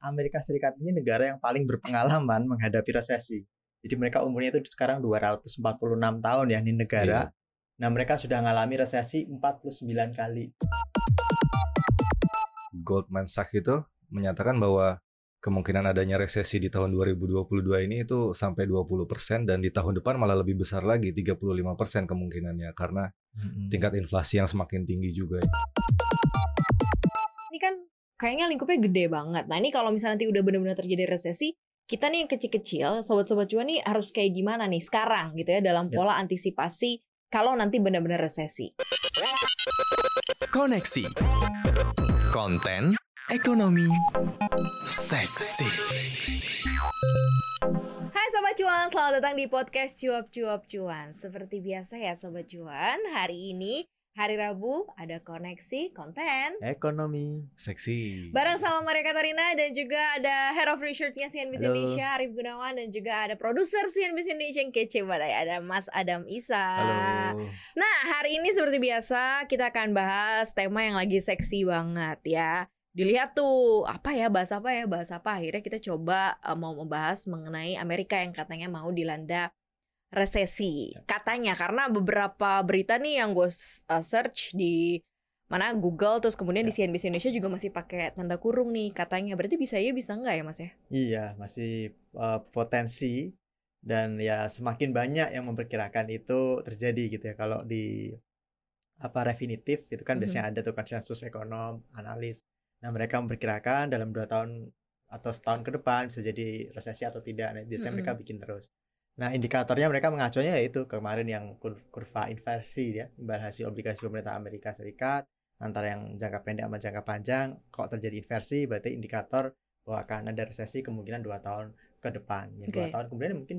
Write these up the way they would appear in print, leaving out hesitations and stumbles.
Amerika Serikat ini negara yang paling berpengalaman menghadapi resesi. Jadi mereka umurnya itu sekarang 246 tahun ya, ini negara. Nah, mereka sudah mengalami resesi 49 kali. Goldman Sachs itu menyatakan bahwa kemungkinan adanya resesi di tahun 2022 ini itu sampai 20% dan di tahun depan malah lebih besar lagi, 35% kemungkinannya karena tingkat inflasi yang semakin tinggi juga. Ini kan kayaknya lingkupnya gede banget. Nah ini kalau misalnya nanti udah benar-benar terjadi resesi, kita nih yang kecil-kecil, sobat-sobat cuan nih harus kayak gimana nih sekarang gitu ya dalam pola antisipasi kalau nanti benar-benar resesi. Koneksi konten ekonomi seksi. Hai Sobat Cuan, selamat datang di podcast Cuap-Cuap Cuan. Seperti biasa ya Sobat Cuan, hari ini hari Rabu ada koneksi konten Ekonomi Seksi. bareng sama Maria Katarina dan juga ada Head of Research-nya CNBC Halo. Indonesia Arif Gunawan dan juga ada produser CNBC Indonesia yang kece badai, ada Mas Adam Isa. Halo. Nah, hari ini seperti biasa kita akan bahas tema yang lagi seksi banget ya. Dilihat tuh, bahas apa. Akhirnya kita coba mau membahas mengenai Amerika yang katanya mau dilanda resesi. Katanya, karena beberapa berita nih yang gue search di mana Google, terus kemudian di CNBC Indonesia juga masih pakai tanda kurung nih katanya. Berarti bisa enggak ya Mas ya? Iya, masih potensi dan ya semakin banyak yang memperkirakan itu terjadi gitu ya. Kalau di Refinitiv itu kan biasanya ada tuh konsensus ekonom, analis. Nah, mereka memperkirakan dalam 2 tahun atau setahun ke depan bisa jadi resesi atau tidak. Nah, biasanya mereka bikin terus. Nah, indikatornya mereka mengacunya yaitu kemarin yang kurva inversi ya, imbal hasil obligasi pemerintah Amerika Serikat antara yang jangka pendek sama jangka panjang. Kalau terjadi inversi berarti indikator bahwa akan ada resesi kemungkinan 2 tahun ke depan. Ya, 2 tahun kemudian mungkin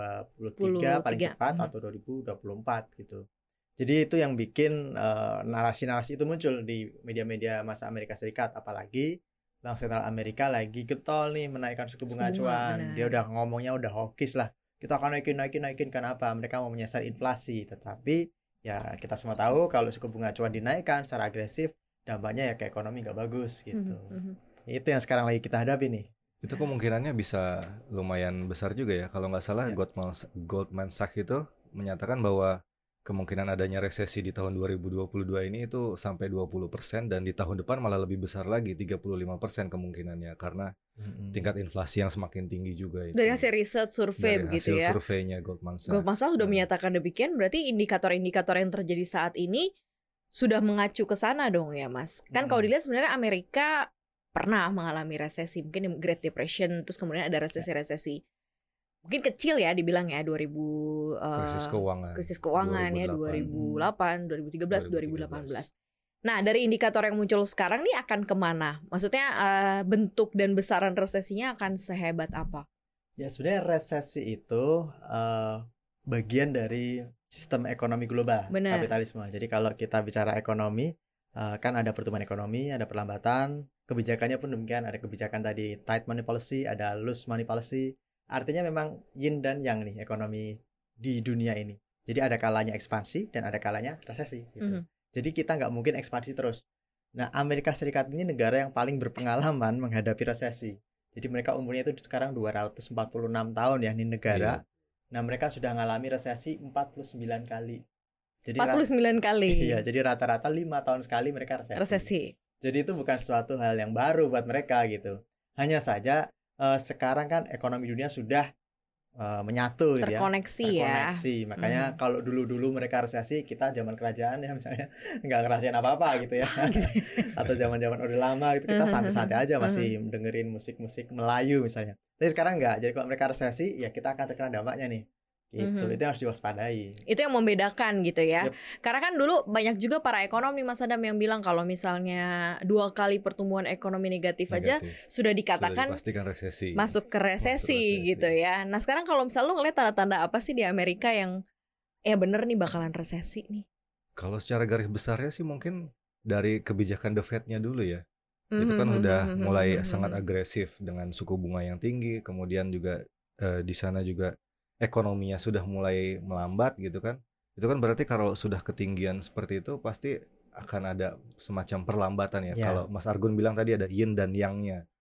2023 paling cepat atau 2024 gitu. Jadi itu yang bikin narasi-narasi itu muncul di media-media masa Amerika Serikat, apalagi Bank Sentral Amerika lagi getol nih menaikkan suku bunga acuan. Dia udah ngomongnya udah hawkish lah. Kita akan naikin. Kenapa? Mereka mau menyasar inflasi. Tetapi ya kita semua tahu kalau suku bunga acuan dinaikkan secara agresif, dampaknya ya ke ekonomi nggak bagus gitu. Itu yang sekarang lagi kita hadapi nih. Itu kemungkinannya bisa lumayan besar juga ya. Kalau nggak salah Goldman Sachs itu menyatakan bahwa kemungkinan adanya resesi di tahun 2022 ini itu sampai 20% dan di tahun depan malah lebih besar lagi, 35% kemungkinannya karena tingkat inflasi yang semakin tinggi juga itu. Dari hasil riset survei begitu ya. Hasil surveinya Goldman Sachs. Goldman Sachs sudah menyatakan demikian, berarti indikator-indikator yang terjadi saat ini sudah mengacu ke sana dong ya Mas. Kan kalau dilihat sebenarnya Amerika pernah mengalami resesi, mungkin Great Depression, terus kemudian ada resesi-resesi. Mungkin kecil ya dibilang ya, krisis keuangan ya 2008, 2013, 2018. Nah, dari indikator yang muncul sekarang nih akan kemana? Maksudnya bentuk dan besaran resesinya akan sehebat apa? Ya sebenarnya resesi itu bagian dari sistem ekonomi global, kapitalisme. Jadi kalau kita bicara ekonomi, kan ada pertumbuhan ekonomi, ada perlambatan, kebijakannya pun demikian, ada kebijakan tadi tight money policy, ada loose money policy. Artinya memang yin dan yang nih ekonomi di dunia ini. Jadi ada kalanya ekspansi dan ada kalanya resesi gitu. Jadi kita nggak mungkin ekspansi terus. Nah, Amerika Serikat ini negara yang paling berpengalaman menghadapi resesi. Jadi mereka umurnya itu sekarang 246 tahun ya, ini negara. Nah, mereka sudah mengalami resesi 49 kali. Jadi 49 kali? Iya, jadi rata-rata 5 tahun sekali mereka resesi. Jadi itu bukan suatu hal yang baru buat mereka gitu. Hanya saja sekarang kan ekonomi dunia sudah menyatu gitu ya, terkoneksi. Makanya kalau dulu mereka resesi, kita zaman kerajaan ya misalnya nggak ngerasain apa-apa gitu ya. Atau zaman-zaman Orde Lama gitu kita santai-santai aja masih dengerin musik-musik Melayu misalnya. Tapi sekarang nggak. Jadi kalau mereka resesi ya kita akan terkena dampaknya nih. Gitu. Itu yang harus diwaspadai. Itu yang membedakan gitu ya. Karena kan dulu banyak juga para ekonomi Mas Adam yang bilang kalau misalnya 2 kali pertumbuhan ekonomi negatif aja sudah dikatakan resesi. Masuk ke resesi gitu ya. Nah sekarang kalau misalnya lu ngeliat tanda-tanda apa sih di Amerika yang bener nih bakalan resesi nih? Kalau secara garis besarnya sih mungkin dari kebijakan The Fed-nya dulu ya. Itu kan udah mulai sangat agresif dengan suku bunga yang tinggi. Kemudian juga di sana juga ekonominya sudah mulai melambat gitu kan. Itu kan berarti kalau sudah ketinggian seperti itu pasti akan ada semacam perlambatan ya. Kalau Mas Argun bilang tadi ada yin dan yang-nya.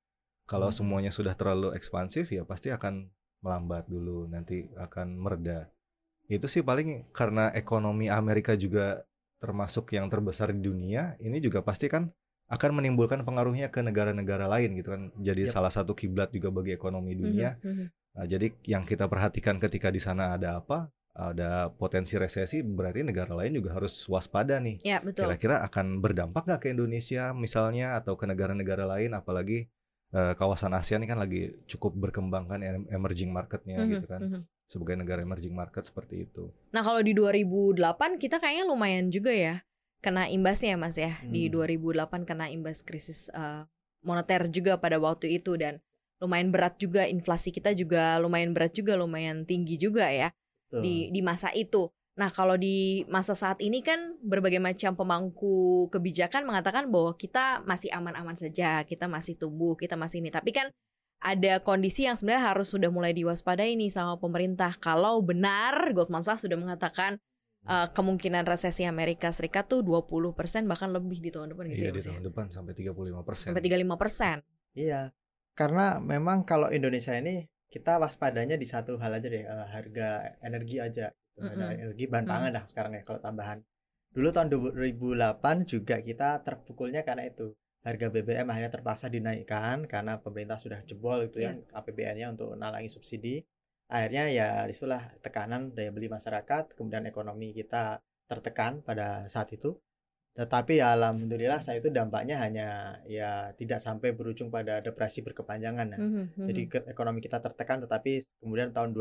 Kalau semuanya sudah terlalu ekspansif ya pasti akan melambat dulu, nanti akan mereda. Itu sih paling karena ekonomi Amerika juga termasuk yang terbesar di dunia, ini juga pasti kan akan menimbulkan pengaruhnya ke negara-negara lain gitu kan. Jadi salah satu kiblat juga bagi ekonomi dunia. Nah, jadi yang kita perhatikan ketika di sana ada apa? Ada potensi resesi, berarti negara lain juga harus waspada nih. Ya, betul. Kira-kira akan berdampak nggak ke Indonesia misalnya atau ke negara-negara lain, apalagi kawasan ASEAN ini kan lagi cukup berkembang kan emerging marketnya gitu kan. Sebagai negara emerging market seperti itu. Nah, kalau di 2008 kita kayaknya lumayan juga ya kena imbasnya Mas ya. Di 2008 kena imbas krisis moneter juga pada waktu itu, dan lumayan berat juga, inflasi kita juga lumayan berat juga, lumayan tinggi juga ya di masa itu. Nah, kalau di masa saat ini kan berbagai macam pemangku kebijakan mengatakan bahwa kita masih aman-aman saja, kita masih tumbuh, kita masih ini. Tapi kan ada kondisi yang sebenarnya harus sudah mulai diwaspadai nih sama pemerintah. Kalau benar Goldman Sachs sudah mengatakan kemungkinan resesi Amerika Serikat tuh 20% bahkan lebih di tahun depan gitu. Iya, ya, di tahun depan sampai 35%. Sampai 35%. Iya. Karena memang kalau Indonesia ini kita waspadanya di satu hal aja deh, harga energi aja. Harga energi bahan pangan dah sekarang ya kalau tambahan. Dulu tahun 2008 juga kita terpukulnya karena itu. Harga BBM akhirnya terpaksa dinaikkan karena pemerintah sudah jebol itu yang APBN-nya untuk nalangi subsidi. Akhirnya ya disitulah tekanan daya beli masyarakat, kemudian ekonomi kita tertekan pada saat itu. Tetapi ya alhamdulillah saat itu dampaknya hanya ya tidak sampai berujung pada depresi berkepanjangan. Jadi ekonomi kita tertekan, tetapi kemudian tahun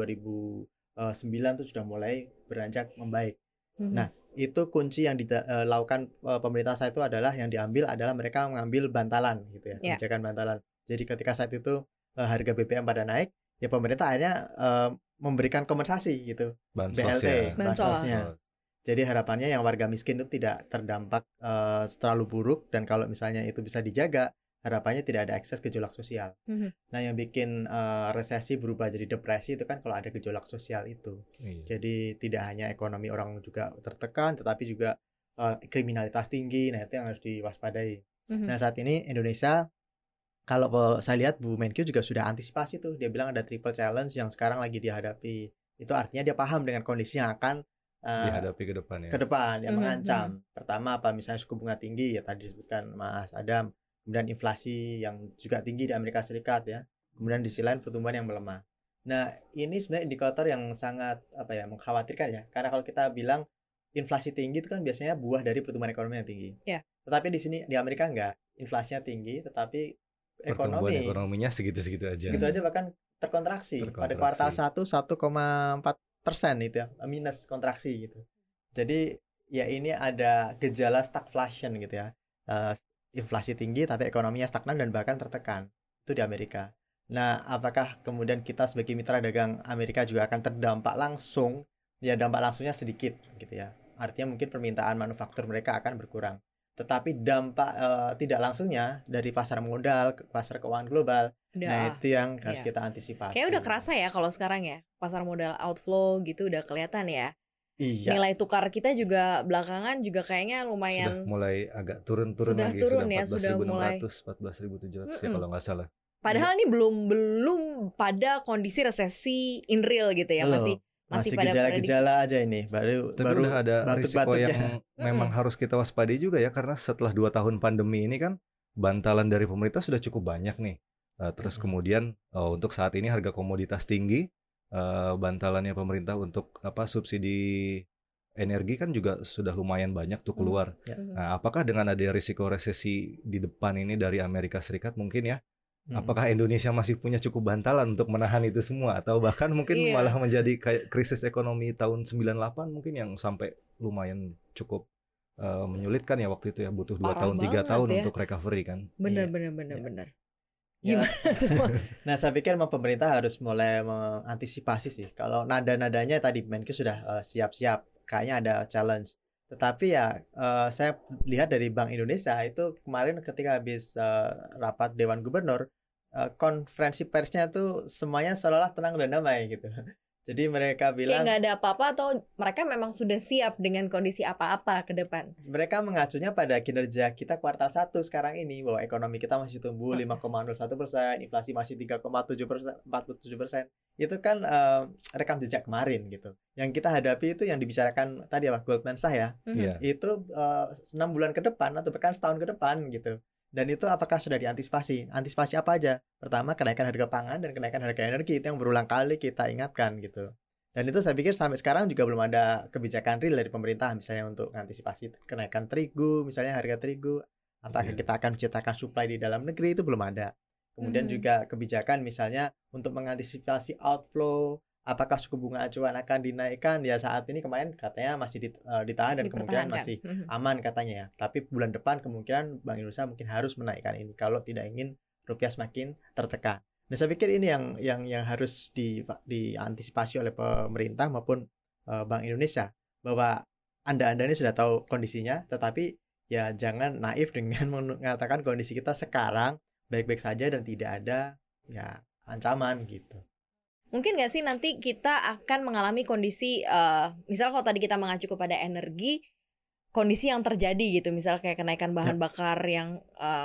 2009 itu sudah mulai beranjak membaik. Nah, itu kunci yang dilakukan pemerintah saat itu adalah yang diambil adalah mereka mengambil bantalan gitu ya, kebijakan bantalan. Jadi ketika saat itu harga BBM pada naik, ya pemerintah akhirnya memberikan kompensasi gitu, BLT, bansosnya. Jadi harapannya yang warga miskin itu tidak terdampak terlalu buruk, dan kalau misalnya itu bisa dijaga, harapannya tidak ada akses gejolak sosial. Nah, yang bikin resesi berubah jadi depresi itu kan kalau ada gejolak sosial itu. Jadi tidak hanya ekonomi orang juga tertekan, tetapi juga kriminalitas tinggi. Nah, itu yang harus diwaspadai. Nah, saat ini Indonesia, kalau saya lihat Bu Menkyu juga sudah antisipasi tuh. Dia bilang ada triple challenge yang sekarang lagi dihadapi. Itu artinya dia paham dengan kondisi yang akan dihadapi ke depan ya. Ke depan yang mengancam. Pertama apa, misalnya suku bunga tinggi ya tadi disebutkan Mas Adam. Kemudian inflasi yang juga tinggi di Amerika Serikat ya. Kemudian di sisi lain pertumbuhan yang melemah. Nah, ini sebenarnya indikator yang sangat mengkhawatirkan ya. Karena kalau kita bilang inflasi tinggi itu kan biasanya buah dari pertumbuhan ekonomi yang tinggi. Tetapi di sini di Amerika enggak. Inflasinya tinggi tetapi ekonominya segitu-segitu aja. Segitu aja, bahkan terkontraksi. Pada kuartal 1 1,4% itu ya, minus kontraksi gitu. Jadi ya ini ada gejala stagflation gitu ya. Inflasi tinggi tapi ekonominya stagnan dan bahkan tertekan. Itu di Amerika. Nah, apakah kemudian kita sebagai mitra dagang Amerika juga akan terdampak langsung? Ya, dampak langsungnya sedikit gitu ya. Artinya mungkin permintaan manufaktur mereka akan berkurang. Tetapi dampak tidak langsungnya dari pasar modal ke pasar keuangan global. Nah, itu yang harus kita antisipasi. Kayak udah kerasa ya kalau sekarang ya. Pasar modal outflow gitu udah kelihatan ya. Iya. Nilai tukar kita juga belakangan juga kayaknya lumayan sudah mulai agak turun-turun sudah lagi, turun sudah 14.600, 14.700 ya kalau nggak salah. Padahal ini belum pada kondisi resesi in real gitu ya, masih pada gejala-gejala aja ini. Baru udah ada risiko yang memang harus kita waspadai juga ya, karena setelah 2 tahun pandemi ini kan bantalan dari pemerintah sudah cukup banyak nih. Terus kemudian untuk saat ini harga komoditas tinggi, bantalannya pemerintah untuk subsidi energi kan juga sudah lumayan banyak tuh keluar. Nah, apakah dengan ada risiko resesi di depan ini dari Amerika Serikat mungkin ya, apakah Indonesia masih punya cukup bantalan untuk menahan itu semua, atau bahkan mungkin malah menjadi kayak krisis ekonomi tahun 98 mungkin yang sampai lumayan cukup menyulitkan ya waktu itu ya, butuh 2 tahun 3 tahun ya untuk recovery kan. Benar. Gimana tuh, Mas? Nah, saya pikir pemerintah harus mulai mengantisipasi sih. Kalau nada-nadanya tadi Menkyu sudah siap-siap, kayaknya ada challenge. Tetapi ya saya lihat dari Bank Indonesia itu kemarin ketika habis rapat Dewan Gubernur, konferensi persnya tuh semuanya seolah-olah tenang dan damai gitu. Jadi mereka Kayak bilang nggak ada apa-apa atau mereka memang sudah siap dengan kondisi apa-apa ke depan? mereka mengacunya pada kinerja kita kuartal 1 sekarang ini, bahwa ekonomi kita masih tumbuh 5,01%, inflasi masih 3,7%, 47%. Itu kan rekam jejak kemarin gitu. Yang kita hadapi itu yang dibicarakan tadi apa Goldman Sachs ya. Iya. Itu 6 bulan ke depan atau bahkan setahun ke depan gitu. Dan itu apakah sudah diantisipasi? Antisipasi apa aja? Pertama, kenaikan harga pangan dan kenaikan harga energi, itu yang berulang kali kita ingatkan gitu. Dan itu saya pikir sampai sekarang juga belum ada kebijakan real dari pemerintah, misalnya untuk mengantisipasi kenaikan terigu, misalnya harga terigu. Apakah Iya. kita akan menciptakan supply di dalam negeri, itu belum ada. Kemudian juga kebijakan misalnya untuk mengantisipasi outflow, apakah suku bunga acuan akan dinaikkan? Ya saat ini kemarin katanya masih ditahan dan kemungkinan masih aman katanya ya. Tapi bulan depan kemungkinan Bank Indonesia mungkin harus menaikkan ini kalau tidak ingin rupiah semakin tertekan. Nah, saya pikir ini yang harus diantisipasi oleh pemerintah maupun Bank Indonesia, bahwa Anda ini sudah tahu kondisinya, tetapi ya jangan naif dengan mengatakan kondisi kita sekarang baik-baik saja dan tidak ada ya ancaman gitu. Mungkin nggak sih nanti kita akan mengalami kondisi, misal kalau tadi kita mengacu kepada energi, kondisi yang terjadi gitu, misal kayak kenaikan bahan bakar yang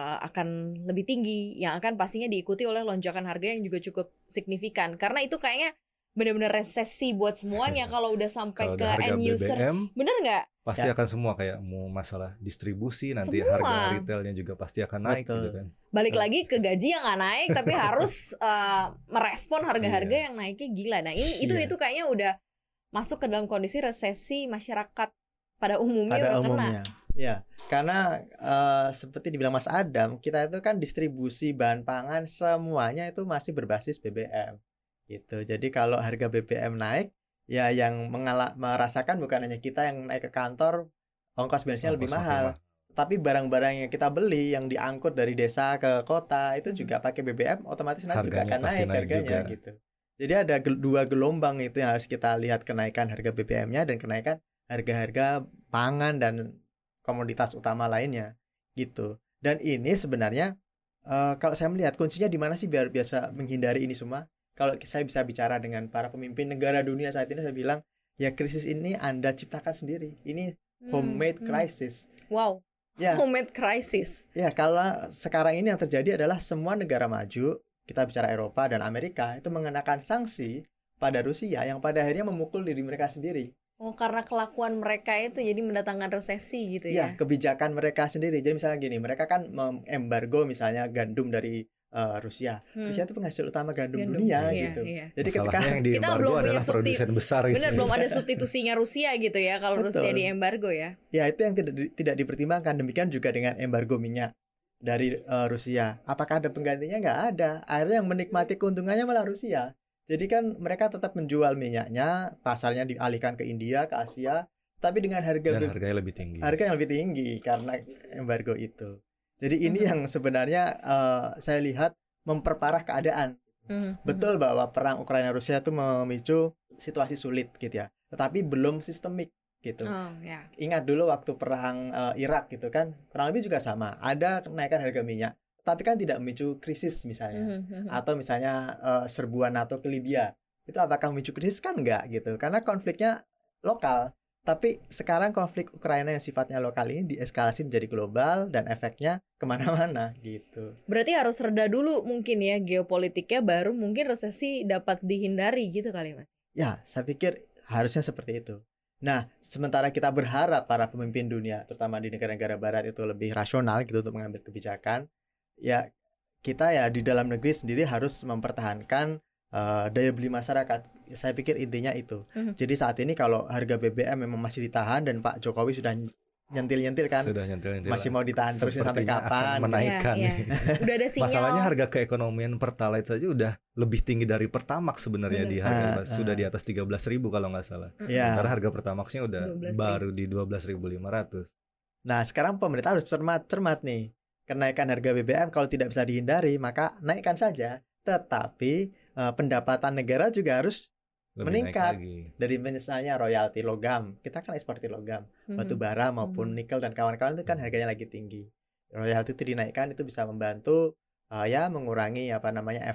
akan lebih tinggi, yang akan pastinya diikuti oleh lonjakan harga yang juga cukup signifikan. Karena itu kayaknya benar-benar resesi buat semuanya kalau udah sampai Kalau ke udah harga end user. BBM, Bener nggak? pasti akan semua kayak mau masalah distribusi, nanti Semua. harga retailnya juga pasti akan naik Betul. gitu kan. Balik lagi ke gaji yang nggak naik, tapi harus merespon harga-harga Iya. yang naiknya gila. Nah itu Iya. itu kayaknya udah masuk ke dalam kondisi resesi masyarakat pada umumnya Pada udah kena. umumnya. Ya, karena seperti dibilang Mas Adam, kita itu kan distribusi bahan pangan semuanya itu masih berbasis BBM. Gitu. Jadi kalau harga BBM naik, ya yang merasakan bukan hanya kita yang naik ke kantor, ongkos bensinnya lebih Ongkos makin mahal. Tapi barang-barang yang kita beli, yang diangkut dari desa ke kota, itu juga pakai BBM, otomatis nanti juga Harganya akan pasti naik naik harganya juga. gitu. Jadi ada dua gelombang itu yang harus kita lihat, kenaikan harga BBM-nya dan kenaikan harga-harga pangan dan komoditas utama lainnya gitu. Dan ini sebenarnya kalau saya melihat kuncinya di mana sih biar biasa menghindari ini semua. Kalau saya bisa bicara dengan para pemimpin negara dunia saat ini, saya bilang ya krisis ini Anda ciptakan sendiri. Ini homemade crisis. Wow. Ya. Homemade crisis. Ya, kalau sekarang ini yang terjadi adalah semua negara maju, kita bicara Eropa dan Amerika, itu mengenakan sanksi pada Rusia yang pada akhirnya memukul diri mereka sendiri. Oh, karena kelakuan mereka itu jadi mendatangkan resesi gitu ya. Ya, kebijakan mereka sendiri. Jadi misalnya gini, mereka kan mengembargo misalnya gandum dari Rusia. Rusia itu penghasil utama gandum dunia iya, gitu. iya. Jadi Masalahnya ketika yang di kita embargo belum punya adalah produsen besar gitu. Bener, belum ada substitusinya Rusia gitu ya kalau Betul. Rusia di embargo ya. ya itu yang tidak dipertimbangkan. Demikian juga dengan embargo minyak dari Rusia. Apakah ada penggantinya? Nggak ada. Akhirnya yang menikmati keuntungannya malah Rusia. Jadi kan mereka tetap menjual minyaknya, pasarnya dialihkan ke India, ke Asia, tapi dengan harga Dan harganya lebih tinggi. Harga yang lebih tinggi karena embargo itu. Jadi ini yang sebenarnya saya lihat memperparah keadaan. Betul bahwa perang Ukraina Rusia itu memicu situasi sulit gitu ya. Tetapi belum sistemik gitu. Oh, ya. Ingat dulu waktu perang Irak gitu kan, kurang lebih juga sama. Ada kenaikan harga minyak, tapi kan tidak memicu krisis misalnya. Atau misalnya serbuan NATO ke Libya. Itu apakah memicu krisis? Kan enggak gitu. Karena konfliknya lokal. Tapi sekarang konflik Ukraina yang sifatnya lokal ini dieskalasi menjadi global dan efeknya kemana-mana gitu. Berarti harus reda dulu mungkin ya geopolitiknya, baru mungkin resesi dapat dihindari gitu kali Mas. Ya, saya pikir harusnya seperti itu. Nah, sementara kita berharap para pemimpin dunia, terutama di negara-negara barat itu lebih rasional gitu untuk mengambil kebijakan, ya kita ya di dalam negeri sendiri harus mempertahankan daya beli masyarakat. Saya pikir intinya itu. Jadi saat ini kalau harga BBM memang masih ditahan dan Pak Jokowi sudah nyentil-nyentil kan, Sudah nyentil-nyentil. masih mau ditahan terus sampai Sepertinya kapan? akan menaikkan. Iya, iya. Udah ada sinyal. Masalahnya harga keekonomian Pertalite saja udah lebih tinggi dari Pertamax sebenarnya. Di harga sudah di atas 13.000 kalau nggak salah. Ya. Karena harga Pertamaxnya udah 12.000. baru di 12.500. Nah, sekarang pemerintah harus cermat nih. Kenaikan harga BBM kalau tidak bisa dihindari, maka naikkan saja. Tetapi pendapatan negara juga harus Lebih meningkat. naik lagi. Dari misalnya royalti logam. Kita kan eksportir logam, batu bara maupun nikel dan kawan-kawan itu kan harganya lagi tinggi. Royalti itu dinaikkan, itu bisa membantu ya mengurangi efek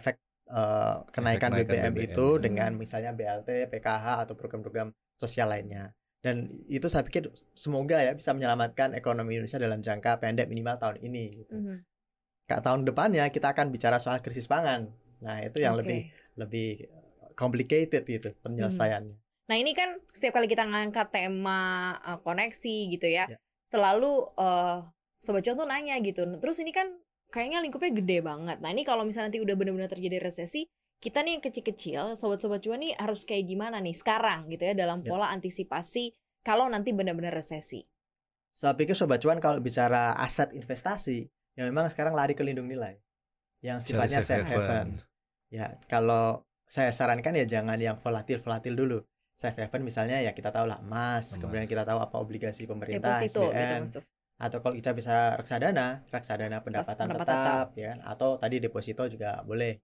kenaikan kenaikan BBM BBM. itu dengan misalnya BLT, PKH atau program-program sosial lainnya. Dan itu saya pikir semoga ya bisa menyelamatkan ekonomi Indonesia dalam jangka pendek minimal tahun ini gitu. Tahun depannya kita akan bicara soal krisis pangan. Nah, itu yang lebih complicated gitu penyelesaiannya. Nah, ini kan setiap kali kita ngangkat tema koneksi gitu ya. Selalu Sobat Cuan tuh nanya gitu. Terus ini kan kayaknya lingkupnya gede banget. Nah, ini kalau misalnya nanti udah benar-benar terjadi resesi, kita nih yang kecil-kecil, Sobat-Sobat Cuan nih harus kayak gimana nih sekarang gitu ya dalam pola antisipasi kalau nanti benar-benar resesi. Saya pikir Sobat Cuan kalau bicara aset investasi, ya memang sekarang lari ke lindung nilai yang sifatnya safe haven. Ya, kalau saya sarankan ya jangan yang volatil dulu. Safe haven misalnya ya kita tahu lah emas, kemudian kita tahu apa obligasi pemerintah, deposito, SBN, gitu, atau kalau kita bisa reksadana pendapatan tetap ya, atau tadi deposito juga boleh.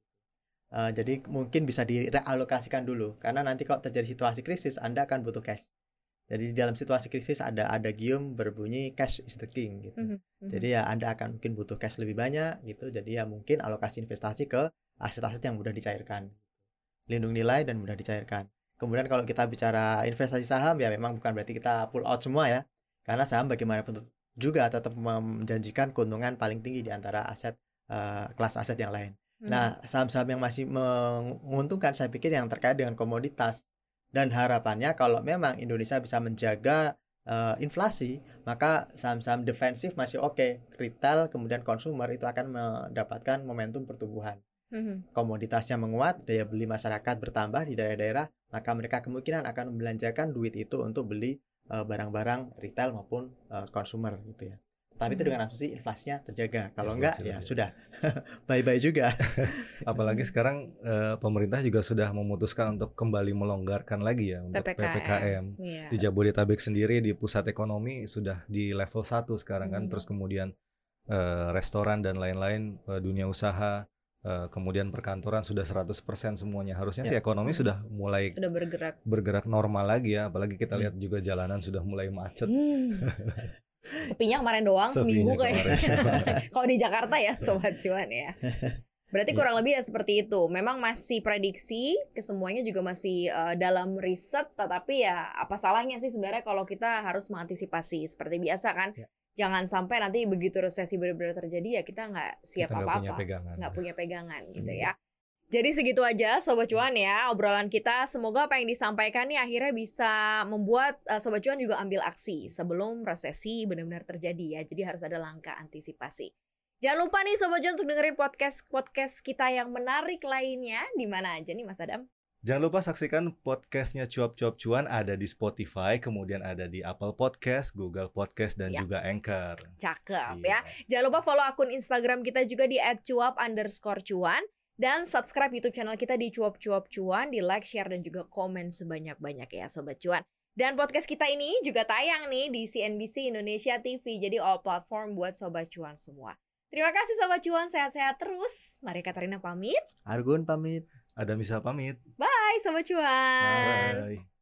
Jadi mungkin bisa direalokasikan dulu karena nanti kalau terjadi situasi krisis Anda akan butuh cash. Jadi di dalam situasi krisis ada gium berbunyi cash is the king gitu. Jadi ya Anda akan mungkin butuh cash lebih banyak gitu. Jadi ya mungkin alokasi investasi ke aset-aset yang mudah dicairkan. Lindung nilai dan mudah dicairkan. Kemudian kalau kita bicara investasi saham ya memang bukan berarti kita pull out semua ya. Karena saham bagaimanapun juga tetap menjanjikan keuntungan paling tinggi di antara aset kelas aset yang lain. Nah, saham-saham yang masih menguntungkan saya pikir yang terkait dengan komoditas. Dan harapannya kalau memang Indonesia bisa menjaga inflasi, maka saham-saham defensif masih oke. Retail kemudian consumer itu akan mendapatkan momentum pertumbuhan. Komoditasnya menguat, daya beli masyarakat bertambah di daerah-daerah, maka mereka kemungkinan akan membelanjakan duit itu untuk beli barang-barang retail maupun consumer gitu ya. Tapi itu dengan asumsi inflasinya terjaga. Kalau enggak ya sudah bye-bye juga. Apalagi sekarang pemerintah juga sudah memutuskan untuk kembali melonggarkan lagi ya untuk PPKM. Di Jabodetabek sendiri di pusat ekonomi sudah di level 1 sekarang kan. Terus kemudian restoran dan lain-lain, dunia usaha, kemudian perkantoran sudah 100% semuanya. Harusnya sih ekonomi sudah mulai bergerak normal lagi ya. Apalagi kita lihat juga jalanan sudah mulai macet. Sepinya kemarin doang, seminggu kayaknya. Kalau di Jakarta ya Sobat Cuan ya. Berarti kurang lebih ya seperti itu. Memang masih prediksi, kesemuanya juga masih dalam riset. Tetapi ya apa salahnya sih sebenarnya kalau kita harus mengantisipasi. Seperti biasa kan. Jangan sampai nanti begitu resesi benar-benar terjadi ya kita nggak siap apa-apa. Nggak punya pegangan gitu ya. Jadi segitu aja Sobat Cuan ya obrolan kita. Semoga apa yang disampaikan nih akhirnya bisa membuat Sobat Cuan juga ambil aksi sebelum resesi benar-benar terjadi ya. Jadi harus ada langkah antisipasi. Jangan lupa nih Sobat Cuan untuk dengerin podcast kita yang menarik lainnya. Di mana aja nih Mas Adam? Jangan lupa saksikan podcastnya Cuap-Cuap Cuan ada di Spotify, kemudian ada di Apple Podcast, Google Podcast, dan juga Anchor. Cakep ya. Jangan lupa follow akun Instagram kita juga di @cuap_cuan. Dan subscribe YouTube channel kita di Cuap-Cuap Cuan, di like, share, dan juga komen sebanyak-banyak ya Sobat Cuan. Dan podcast kita ini juga tayang nih di CNBC Indonesia TV, jadi all platform buat Sobat Cuan semua. Terima kasih Sobat Cuan, sehat-sehat terus. Mari Katarina pamit. Argun pamit. Ada Misa pamit. Bye Sobat Cuan. Bye.